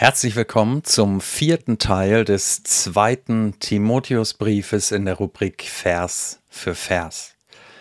Herzlich willkommen zum 4. Teil des 2. Timotheusbriefes in der Rubrik Vers für Vers.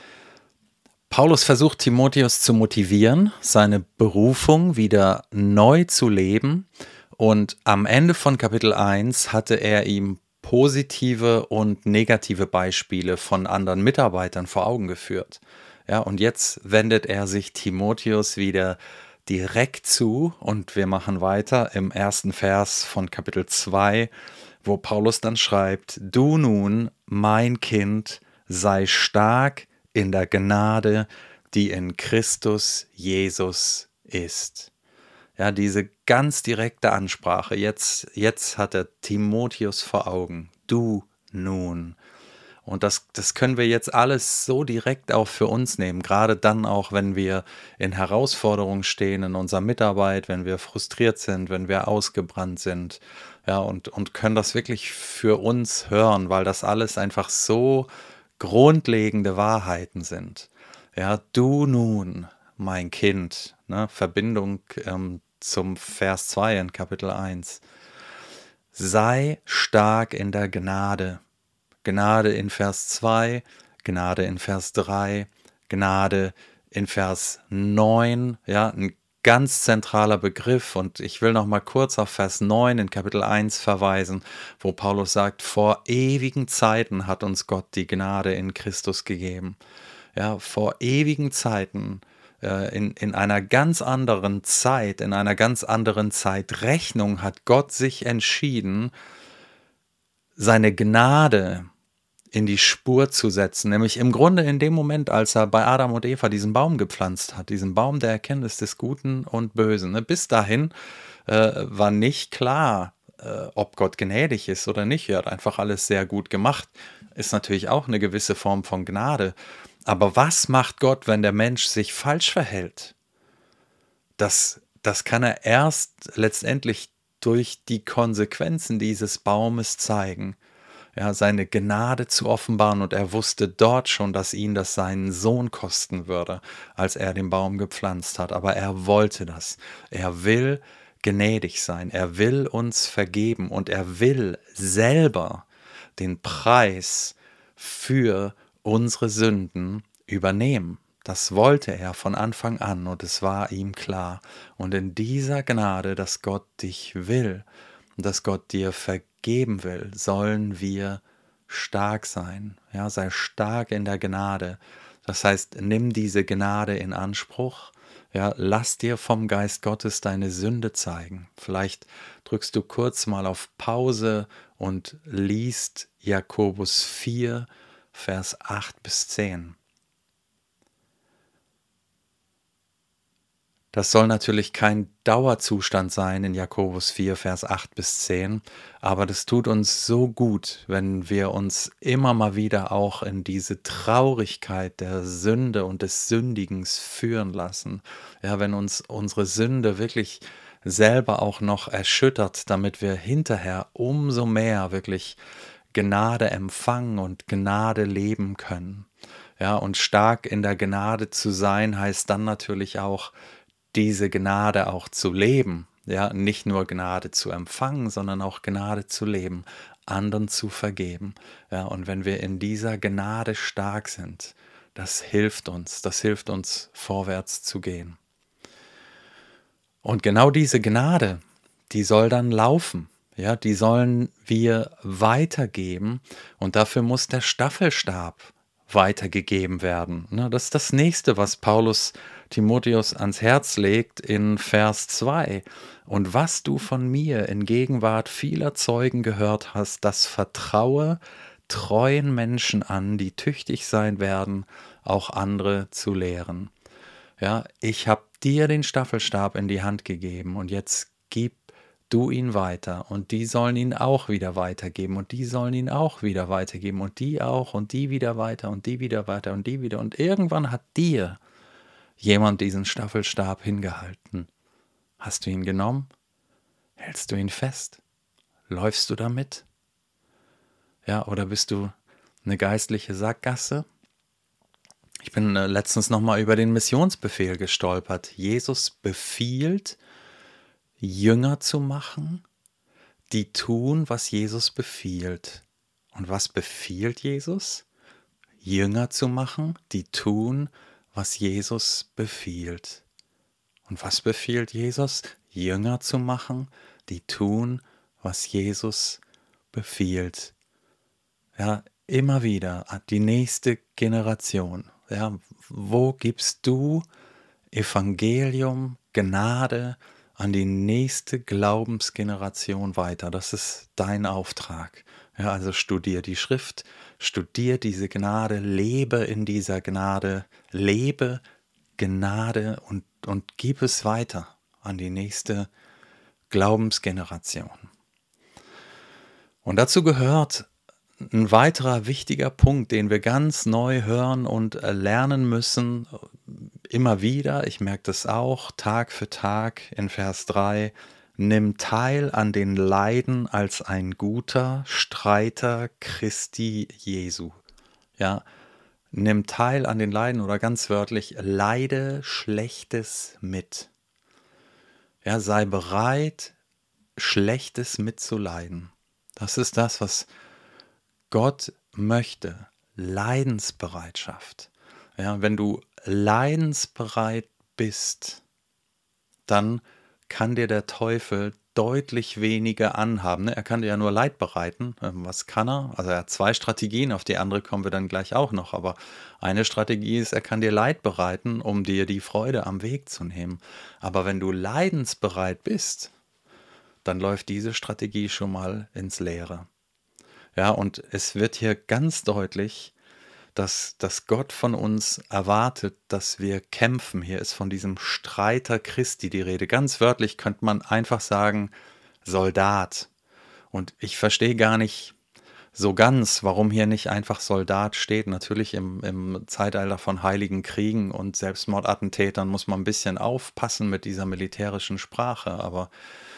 Paulus versucht Timotheus zu motivieren, seine Berufung wieder neu zu leben, und am Ende von Kapitel 1 hatte er ihm positive und negative Beispiele von anderen Mitarbeitern vor Augen geführt. Ja, und jetzt wendet er sich Timotheus wieder direkt zu, und wir machen weiter im 1. Vers von Kapitel 2, wo Paulus dann schreibt: Du nun, mein Kind, sei stark in der Gnade, die in Christus Jesus ist. Ja, diese ganz direkte Ansprache, jetzt hat er Timotheus vor Augen. Du nun. Und das können wir jetzt alles so direkt auch für uns nehmen, gerade dann auch, wenn wir in Herausforderungen stehen in unserer Mitarbeit, wenn wir frustriert sind, wenn wir ausgebrannt sind, ja, und können das wirklich für uns hören, weil das alles einfach so grundlegende Wahrheiten sind. Ja, du nun, mein Kind, ne, Verbindung zum Vers 2 in Kapitel 1. Sei stark in der Gnade. Gnade in Vers 2, Gnade in Vers 3, Gnade in Vers 9, ja, ein ganz zentraler Begriff. Und ich will noch mal kurz auf Vers 9 in Kapitel 1 verweisen, wo Paulus sagt: Vor ewigen Zeiten hat uns Gott die Gnade in Christus gegeben. Ja, vor ewigen Zeiten, in einer ganz anderen Zeit, in einer ganz anderen Zeitrechnung hat Gott sich entschieden, seine Gnade in die Spur zu setzen, nämlich im Grunde in dem Moment, als er bei Adam und Eva diesen Baum gepflanzt hat, diesen Baum der Erkenntnis des Guten und Bösen. Ne? Bis dahin war nicht klar, ob Gott gnädig ist oder nicht. Er hat einfach alles sehr gut gemacht. Ist natürlich auch eine gewisse Form von Gnade. Aber was macht Gott, wenn der Mensch sich falsch verhält? Das kann er erst letztendlich durch die Konsequenzen dieses Baumes zeigen. Ja, seine Gnade zu offenbaren, und er wusste dort schon, dass ihn das seinen Sohn kosten würde, als er den Baum gepflanzt hat. Aber er wollte das. Er will gnädig sein. Er will uns vergeben, und er will selber den Preis für unsere Sünden übernehmen. Das wollte er von Anfang an, und es war ihm klar. Und in dieser Gnade, dass Gott dich will, dass Gott dir vergeben will, sollen wir stark sein. Ja, sei stark in der Gnade. Das heißt, nimm diese Gnade in Anspruch. Ja, lass dir vom Geist Gottes deine Sünde zeigen. Vielleicht drückst du kurz mal auf Pause und liest Jakobus 4, Vers 8 bis 10. Das soll natürlich kein Dauerzustand sein in Jakobus 4, Vers 8 bis 10, aber das tut uns so gut, wenn wir uns immer mal wieder auch in diese Traurigkeit der Sünde und des Sündigens führen lassen. Ja, wenn uns unsere Sünde wirklich selber auch noch erschüttert, damit wir hinterher umso mehr wirklich Gnade empfangen und Gnade leben können. Ja, und stark in der Gnade zu sein, heißt dann natürlich auch, diese Gnade auch zu leben, ja, nicht nur Gnade zu empfangen, sondern auch Gnade zu leben, anderen zu vergeben, ja, und wenn wir in dieser Gnade stark sind, das hilft uns vorwärts zu gehen. Und genau diese Gnade, die soll dann laufen, ja, die sollen wir weitergeben, und dafür muss der Staffelstab weitergegeben werden. Das ist das Nächste, was Paulus Timotheus ans Herz legt in Vers 2. Und was du von mir in Gegenwart vieler Zeugen gehört hast, das vertraue treuen Menschen an, die tüchtig sein werden, auch andere zu lehren. Ja, ich habe dir den Staffelstab in die Hand gegeben, und jetzt gib du ihn weiter, und die sollen ihn auch wieder weitergeben, und die sollen ihn auch wieder weitergeben, und die auch, und die wieder weiter, und die wieder weiter, und die wieder. Und irgendwann hat dir jemand diesen Staffelstab hingehalten. Hast du ihn genommen? Hältst du ihn fest? Läufst du damit? Ja, oder bist du eine geistliche Sackgasse? Ich bin letztens nochmal über den Missionsbefehl gestolpert. Jesus befiehlt, Jünger zu machen, die tun, was Jesus befiehlt. Und was befiehlt Jesus? Jünger zu machen, die tun, was Jesus befiehlt. Und was befiehlt Jesus? Jünger zu machen, die tun, was Jesus befiehlt. Ja, immer wieder die nächste Generation. Ja, wo gibst du Evangelium, Gnade an die nächste Glaubensgeneration weiter? Das ist dein Auftrag. Ja, also studier die Schrift, studier diese Gnade, lebe in dieser Gnade, lebe Gnade und gib es weiter an die nächste Glaubensgeneration. Und dazu gehört ein weiterer wichtiger Punkt, den wir ganz neu hören und lernen müssen, immer wieder, ich merke das auch, Tag für Tag in Vers 3, nimm teil an den Leiden als ein guter Streiter Christi Jesu. Ja, nimm teil an den Leiden oder ganz wörtlich, leide Schlechtes mit. Ja, sei bereit, Schlechtes mitzuleiden. Das ist das, was Gott möchte. Leidensbereitschaft. Ja, wenn du leidensbereit bist, dann kann dir der Teufel deutlich weniger anhaben. Er kann dir ja nur Leid bereiten. Was kann er? Also er hat zwei Strategien, auf die andere kommen wir dann gleich auch noch. Aber eine Strategie ist, er kann dir Leid bereiten, um dir die Freude am Weg zu nehmen. Aber wenn du leidensbereit bist, dann läuft diese Strategie schon mal ins Leere. Ja, und es wird hier ganz deutlich, dass Gott von uns erwartet, dass wir kämpfen. Hier ist von diesem Streiter Christi die Rede. Ganz wörtlich könnte man einfach sagen, Soldat. Und ich verstehe gar nicht so ganz, warum hier nicht einfach Soldat steht. Natürlich im Zeitalter von heiligen Kriegen und Selbstmordattentätern muss man ein bisschen aufpassen mit dieser militärischen Sprache, aber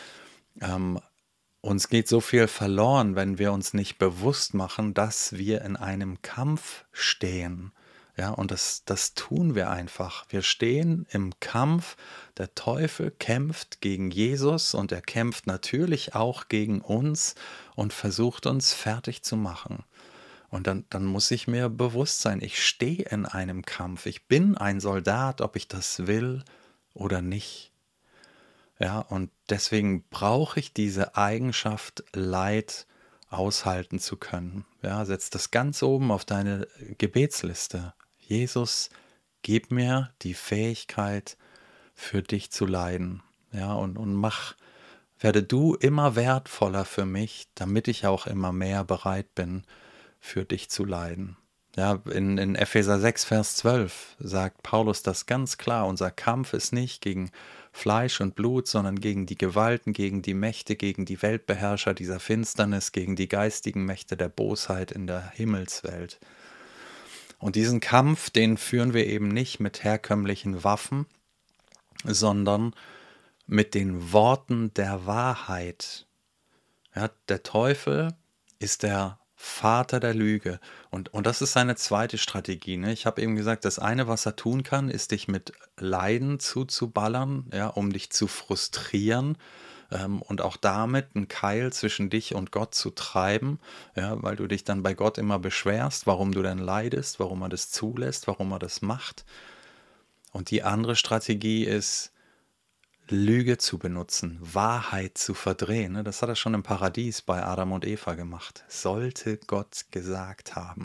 uns geht so viel verloren, wenn wir uns nicht bewusst machen, dass wir in einem Kampf stehen. Ja, und das tun wir einfach. Wir stehen im Kampf. Der Teufel kämpft gegen Jesus und er kämpft natürlich auch gegen uns und versucht uns fertig zu machen. Und dann muss ich mir bewusst sein, ich stehe in einem Kampf. Ich bin ein Soldat, ob ich das will oder nicht. Ja, und deswegen brauche ich diese Eigenschaft, Leid aushalten zu können. Ja, setz das ganz oben auf deine Gebetsliste. Jesus, gib mir die Fähigkeit, für dich zu leiden. Ja, und werde du immer wertvoller für mich, damit ich auch immer mehr bereit bin, für dich zu leiden. Ja, in Epheser 6, Vers 12 sagt Paulus das ganz klar. Unser Kampf ist nicht gegen Fleisch und Blut, sondern gegen die Gewalten, gegen die Mächte, gegen die Weltbeherrscher dieser Finsternis, gegen die geistigen Mächte der Bosheit in der Himmelswelt. Und diesen Kampf, den führen wir eben nicht mit herkömmlichen Waffen, sondern mit den Worten der Wahrheit. Ja, der Teufel ist der Vater der Lüge. Und das ist seine zweite Strategie. Ne? Ich habe eben gesagt, das eine, was er tun kann, ist dich mit Leiden zuzuballern, ja, um dich zu frustrieren und auch damit einen Keil zwischen dich und Gott zu treiben, ja, weil du dich dann bei Gott immer beschwerst, warum du denn leidest, warum er das zulässt, warum er das macht. Und die andere Strategie ist, Lüge zu benutzen, Wahrheit zu verdrehen. Ne? Das hat er schon im Paradies bei Adam und Eva gemacht. Sollte Gott gesagt haben.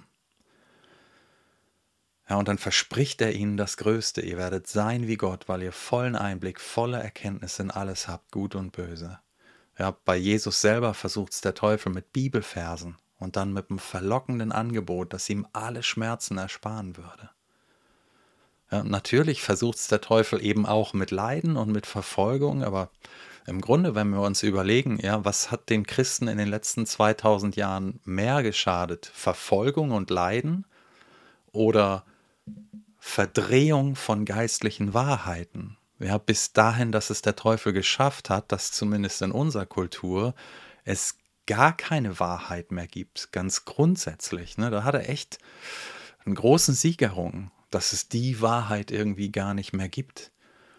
Ja, und dann verspricht er ihnen das Größte. Ihr werdet sein wie Gott, weil ihr vollen Einblick, volle Erkenntnis in alles habt, gut und böse. Ja, bei Jesus selber versucht es der Teufel mit Bibelversen und dann mit einem verlockenden Angebot, das ihm alle Schmerzen ersparen würde. Ja, natürlich versucht es der Teufel eben auch mit Leiden und mit Verfolgung, aber im Grunde, wenn wir uns überlegen, ja, was hat den Christen in den letzten 2000 Jahren mehr geschadet? Verfolgung und Leiden oder Verdrehung von geistlichen Wahrheiten? Ja, bis dahin, dass es der Teufel geschafft hat, dass zumindest in unserer Kultur es gar keine Wahrheit mehr gibt, ganz grundsätzlich. Ne? Da hat er echt einen großen Sieg errungen, dass es die Wahrheit irgendwie gar nicht mehr gibt.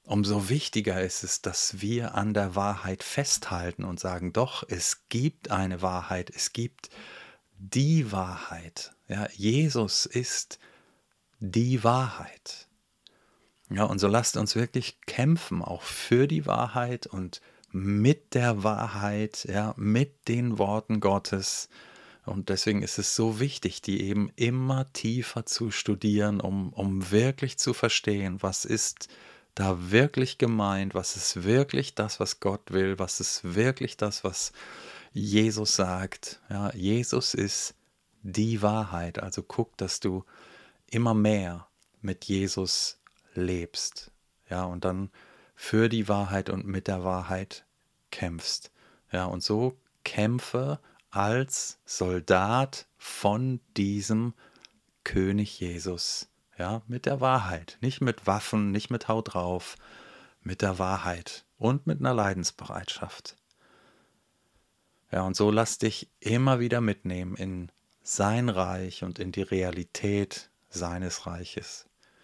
umso wichtiger ist es, dass wir an der Wahrheit festhalten und sagen, doch, es gibt eine Wahrheit, es gibt die Wahrheit. Ja, Jesus ist die Wahrheit. Ja, und so lasst uns wirklich kämpfen, auch für die Wahrheit und mit der Wahrheit, ja, mit den Worten Gottes. Und deswegen ist es so wichtig, die eben immer tiefer zu studieren, um wirklich zu verstehen, was ist da wirklich gemeint, was ist wirklich das, was Gott will, was ist wirklich das, was Jesus sagt. Ja, Jesus ist die Wahrheit. Also guck, dass du immer mehr mit Jesus lebst. Ja, und dann für die Wahrheit und mit der Wahrheit kämpfst. Ja, und so kämpfe als Soldat von diesem König Jesus. Ja, mit der Wahrheit. Nicht mit Waffen, nicht mit Haut drauf, mit der Wahrheit und mit einer Leidensbereitschaft. Ja, und so lass dich immer wieder mitnehmen in sein Reich und in die Realität seines Reiches.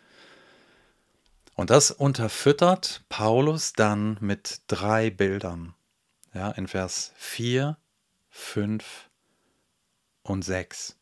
Und das unterfüttert Paulus dann mit 3 Bildern. Ja, in Vers 4, 5 und 6.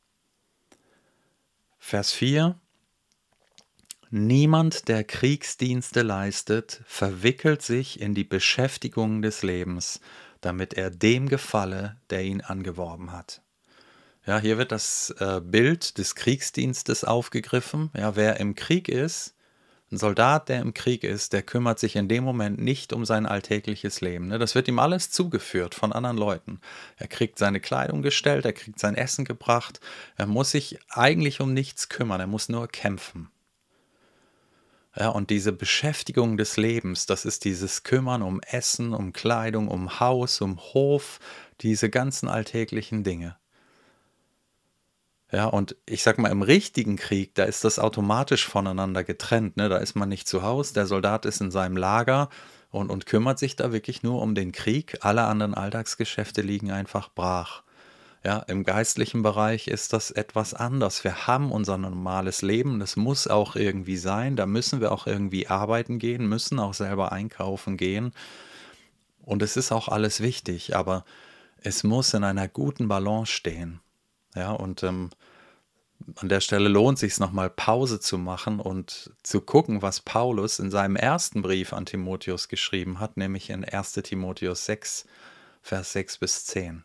Vers 4: Niemand, der Kriegsdienste leistet, verwickelt sich in die Beschäftigung des Lebens, damit er dem gefalle, der ihn angeworben hat. Ja, hier wird das Bild des Kriegsdienstes aufgegriffen. Ja, wer im Krieg ist, ein Soldat, der im Krieg ist, der kümmert sich in dem Moment nicht um sein alltägliches Leben. Ne? Das wird ihm alles zugeführt von anderen Leuten. Er kriegt seine Kleidung gestellt, er kriegt sein Essen gebracht. Er muss sich eigentlich um nichts kümmern, er muss nur kämpfen. Ja, und diese Beschäftigung des Lebens, das ist dieses Kümmern um Essen, um Kleidung, um Haus, um Hof, diese ganzen alltäglichen Dinge. Ja, und ich sag mal, im richtigen Krieg, da ist das automatisch voneinander getrennt. Ne? Da ist man nicht zu Hause, der Soldat ist in seinem Lager und kümmert sich da wirklich nur um den Krieg. Alle anderen Alltagsgeschäfte liegen einfach brach. Ja, im geistlichen Bereich ist das etwas anders. Wir haben unser normales Leben, das muss auch irgendwie sein. Da müssen wir auch irgendwie arbeiten gehen, müssen auch selber einkaufen gehen. Und es ist auch alles wichtig, aber es muss in einer guten Balance stehen. Ja, und an der Stelle lohnt es sich nochmal Pause zu machen und zu gucken, was Paulus in seinem ersten Brief an Timotheus geschrieben hat, nämlich in 1. Timotheus 6, Vers 6 bis 10.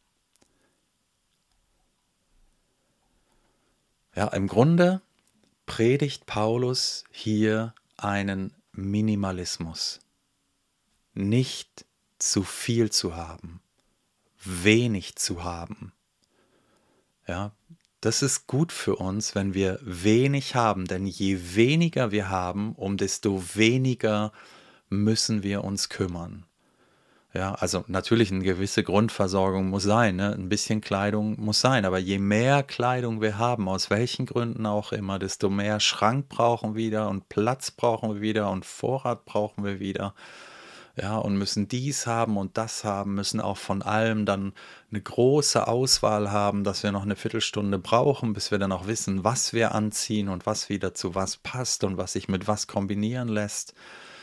Ja, im Grunde predigt Paulus hier einen Minimalismus. Nicht zu viel zu haben, wenig zu haben. Ja, das ist gut für uns, wenn wir wenig haben, denn je weniger wir haben, desto weniger müssen wir uns kümmern. Ja, also natürlich eine gewisse Grundversorgung muss sein, ne? Ein bisschen Kleidung muss sein, aber je mehr Kleidung wir haben, aus welchen Gründen auch immer, desto mehr Schrank brauchen wir wieder und Platz brauchen wir wieder und Vorrat brauchen wir wieder. Ja, und müssen dies haben und das haben, müssen auch von allem dann eine große Auswahl haben, dass wir noch eine Viertelstunde brauchen, bis wir dann auch wissen, was wir anziehen und was wieder zu was passt und was sich mit was kombinieren lässt.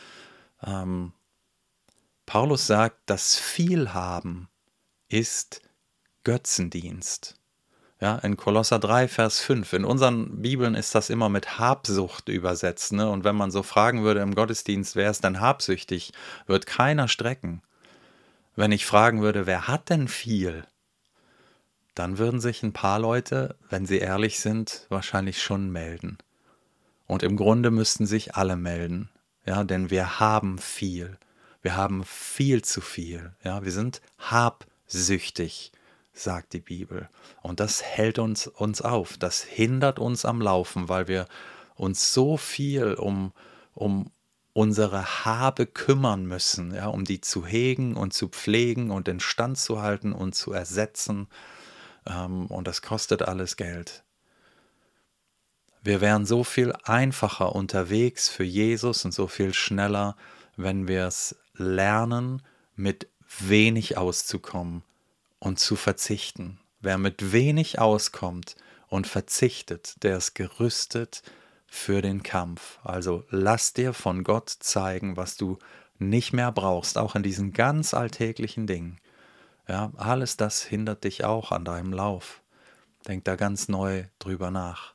Paulus sagt, das Vielhaben ist Götzendienst. Ja, in Kolosser 3, Vers 5. In unseren Bibeln ist das immer mit Habsucht übersetzt. Ne? Und wenn man so fragen würde im Gottesdienst, wer ist denn habsüchtig, wird keiner strecken. Wenn ich fragen würde, wer hat denn viel, dann würden sich ein paar Leute, wenn sie ehrlich sind, wahrscheinlich schon melden. Und im Grunde müssten sich alle melden. Ja, denn wir haben viel. Wir haben viel zu viel. Ja, wir sind habsüchtig, sagt die Bibel. Und das hält uns auf. Das hindert uns am Laufen, weil wir uns so viel um unsere Habe kümmern müssen, ja, um die zu hegen und zu pflegen und in Stand zu halten und zu ersetzen. Und das kostet alles Geld. Wir wären so viel einfacher unterwegs für Jesus und so viel schneller, wenn wir es lernen, mit wenig auszukommen und zu verzichten. Wer mit wenig auskommt und verzichtet, der ist gerüstet für den Kampf. Also lass dir von Gott zeigen, was du nicht mehr brauchst, auch in diesen ganz alltäglichen Dingen. Ja, alles das hindert dich auch an deinem Lauf. Denk da ganz neu drüber nach.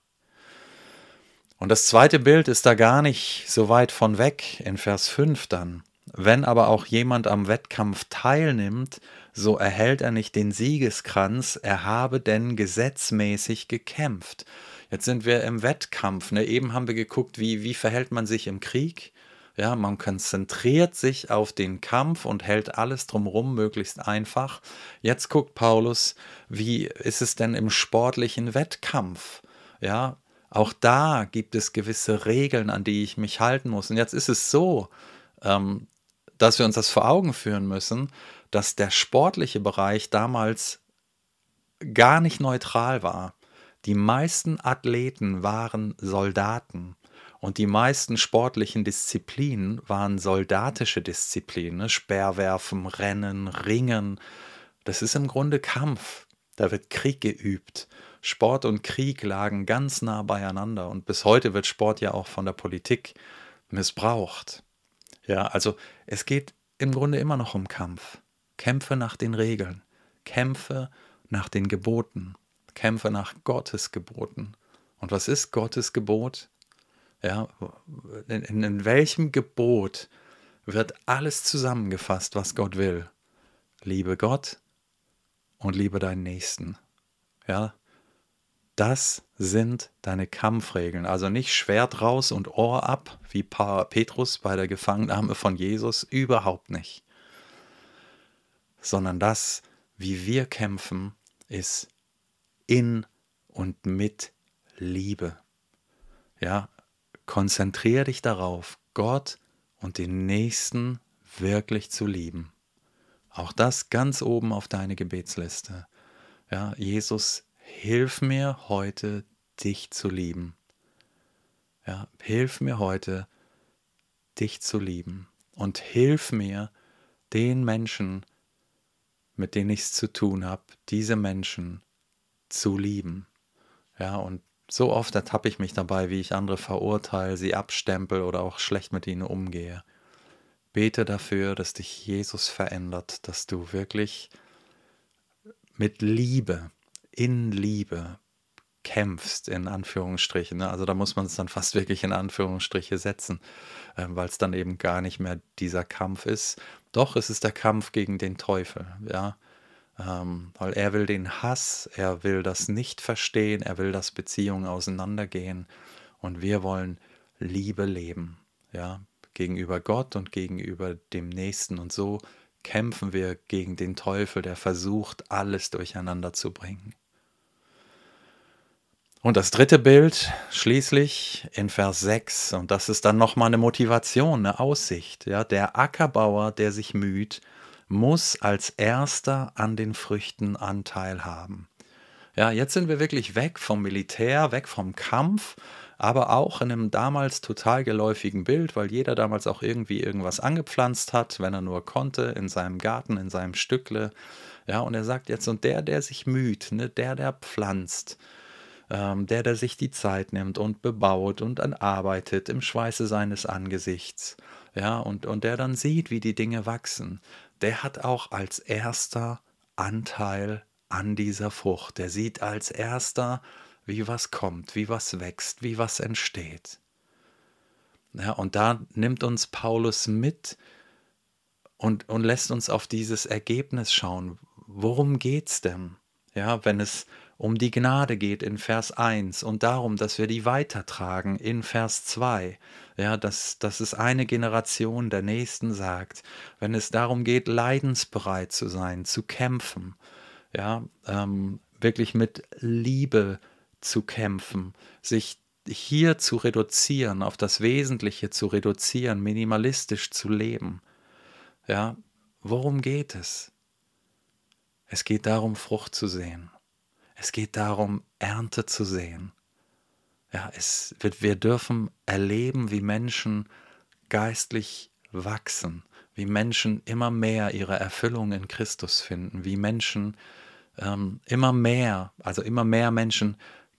Und das zweite Bild ist da gar nicht so weit von weg, in Vers 5 dann. Wenn aber auch jemand am Wettkampf teilnimmt, so erhält er nicht den Siegeskranz, er habe denn gesetzmäßig gekämpft. Jetzt sind wir im Wettkampf. Ne? Eben haben wir geguckt, wie verhält man sich im Krieg. Ja, man konzentriert sich auf den Kampf und hält alles drumherum möglichst einfach. Jetzt guckt Paulus, wie ist es denn im sportlichen Wettkampf? Ja, auch da gibt es gewisse Regeln, an die ich mich halten muss. Und jetzt ist es so, dass wir uns das vor Augen führen müssen, dass der sportliche Bereich damals gar nicht neutral war. Die meisten Athleten waren Soldaten und die meisten sportlichen Disziplinen waren soldatische Disziplinen, ne? Speerwerfen, Rennen, Ringen. Das ist im Grunde Kampf. Da wird Krieg geübt. Sport und Krieg lagen ganz nah beieinander und bis heute wird Sport ja auch von der Politik missbraucht. Ja, also es geht im Grunde immer noch um Kampf. Kämpfe nach den Regeln, Kämpfe nach den Geboten, Kämpfe nach Gottes Geboten. Und was ist Gottes Gebot? Ja, in welchem Gebot wird alles zusammengefasst, was Gott will? Liebe Gott und liebe deinen Nächsten. Ja, das sind deine Kampfregeln. Also nicht Schwert raus und Ohr ab, wie Petrus bei der Gefangennahme von Jesus, überhaupt nicht. Sondern das, wie wir kämpfen, ist in und mit Liebe. Ja, konzentriere dich darauf, Gott und den Nächsten wirklich zu lieben. Auch das ganz oben auf deine Gebetsliste. Ja, Jesus, hilf mir heute, dich zu lieben. Ja, hilf mir heute, dich zu lieben. Und hilf mir, den Menschen, mit denen ich es zu tun habe, diese Menschen zu lieben. Ja, und so oft ertappe ich mich dabei, wie ich andere verurteile, sie abstempel oder auch schlecht mit ihnen umgehe. Bete dafür, dass dich Jesus verändert, dass du wirklich mit Liebe, in Liebe kämpfst, in Anführungsstrichen. Ne? Also da muss man es dann fast wirklich in Anführungsstriche setzen, weil es dann eben gar nicht mehr dieser Kampf ist. Doch, es ist der Kampf gegen den Teufel, ja. Weil er will den Hass, er will das Nicht-Verstehen, er will, dass Beziehungen auseinandergehen und wir wollen Liebe leben, ja, gegenüber Gott und gegenüber dem Nächsten und so kämpfen wir gegen den Teufel, der versucht, alles durcheinander zu bringen. Und das dritte Bild schließlich in Vers 6, und das ist dann nochmal eine Motivation, eine Aussicht. Ja, der Ackerbauer, der sich müht, muss als erster an den Früchten Anteil haben. Ja, jetzt sind wir wirklich weg vom Militär, weg vom Kampf, aber auch in einem damals total geläufigen Bild, weil jeder damals auch irgendwie irgendwas angepflanzt hat, wenn er nur konnte, in seinem Garten, in seinem Stückle. Ja, und er sagt jetzt, und der sich müht, ne, der pflanzt, der sich die Zeit nimmt und bebaut und dann arbeitet im Schweiße seines Angesichts, ja, und der dann sieht, wie die Dinge wachsen, der hat auch als erster Anteil an dieser Frucht. Der sieht als erster, wie was kommt, wie was wächst, wie was entsteht. Ja, und da nimmt uns Paulus mit und lässt uns auf dieses Ergebnis schauen. Worum geht's denn? Ja, wenn es um die Gnade geht in Vers 1 und darum, dass wir die weitertragen in Vers 2. Ja, dass es eine Generation der Nächsten sagt. Wenn es darum geht, leidensbereit zu sein, zu kämpfen, ja, wirklich mit Liebe zu kämpfen, sich hier zu reduzieren, auf das Wesentliche zu reduzieren, minimalistisch zu leben. Ja, worum geht es? Es geht darum, Frucht zu sehen. Es geht darum, Ernte zu sehen. Ja, wir dürfen erleben, wie Menschen geistlich wachsen, wie Menschen immer mehr ihre Erfüllung in Christus finden, wie Menschen immer mehr Menschen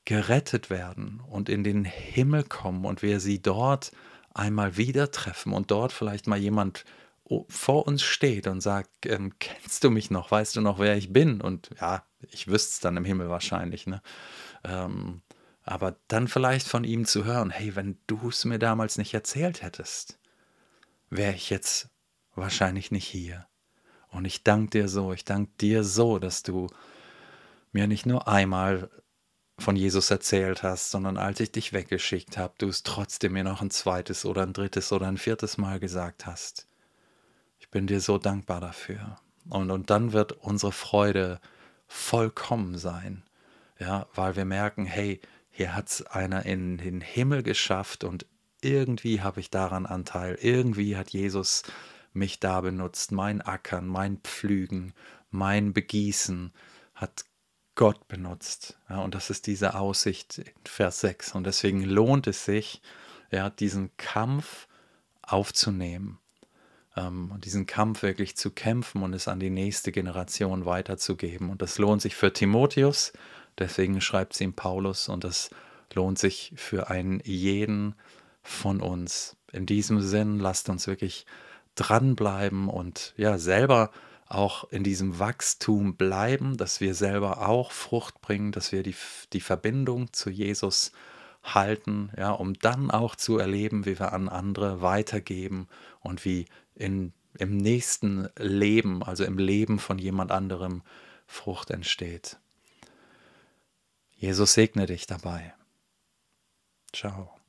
gerettet werden und in den Himmel kommen und wir sie dort einmal wieder treffen und dort vielleicht mal jemand vor uns steht und sagt, kennst du mich noch? Weißt du noch, wer ich bin? Und ja, ich wüsste es dann im Himmel wahrscheinlich, ne? Ähm, aber dann vielleicht von ihm zu hören, hey, wenn du es mir damals nicht erzählt hättest, wäre ich jetzt wahrscheinlich nicht hier. Und ich danke dir so, dass du mir nicht nur einmal von Jesus erzählt hast, sondern als ich dich weggeschickt habe, du es trotzdem mir noch ein zweites oder ein drittes oder ein viertes Mal gesagt hast. Ich bin dir so dankbar dafür. Und dann wird unsere Freude vollkommen sein, ja, weil wir merken, hey, hier hat es einer in den Himmel geschafft und irgendwie habe ich daran Anteil. Irgendwie hat Jesus mich da benutzt. Mein Ackern, mein Pflügen, mein Begießen hat Gott benutzt. Ja, und das ist diese Aussicht in Vers 6. Und deswegen lohnt es sich, ja, diesen Kampf aufzunehmen, und diesen Kampf wirklich zu kämpfen und es an die nächste Generation weiterzugeben. Und das lohnt sich für Timotheus, deswegen schreibt es ihm Paulus, und das lohnt sich für einen jeden von uns. In diesem Sinn, lasst uns wirklich dranbleiben und ja, selber auch in diesem Wachstum bleiben, dass wir selber auch Frucht bringen, dass wir die Verbindung zu Jesus halten, ja, um dann auch zu erleben, wie wir an andere weitergeben und wie im nächsten Leben, also im Leben von jemand anderem, Frucht entsteht. Jesus segne dich dabei. Ciao.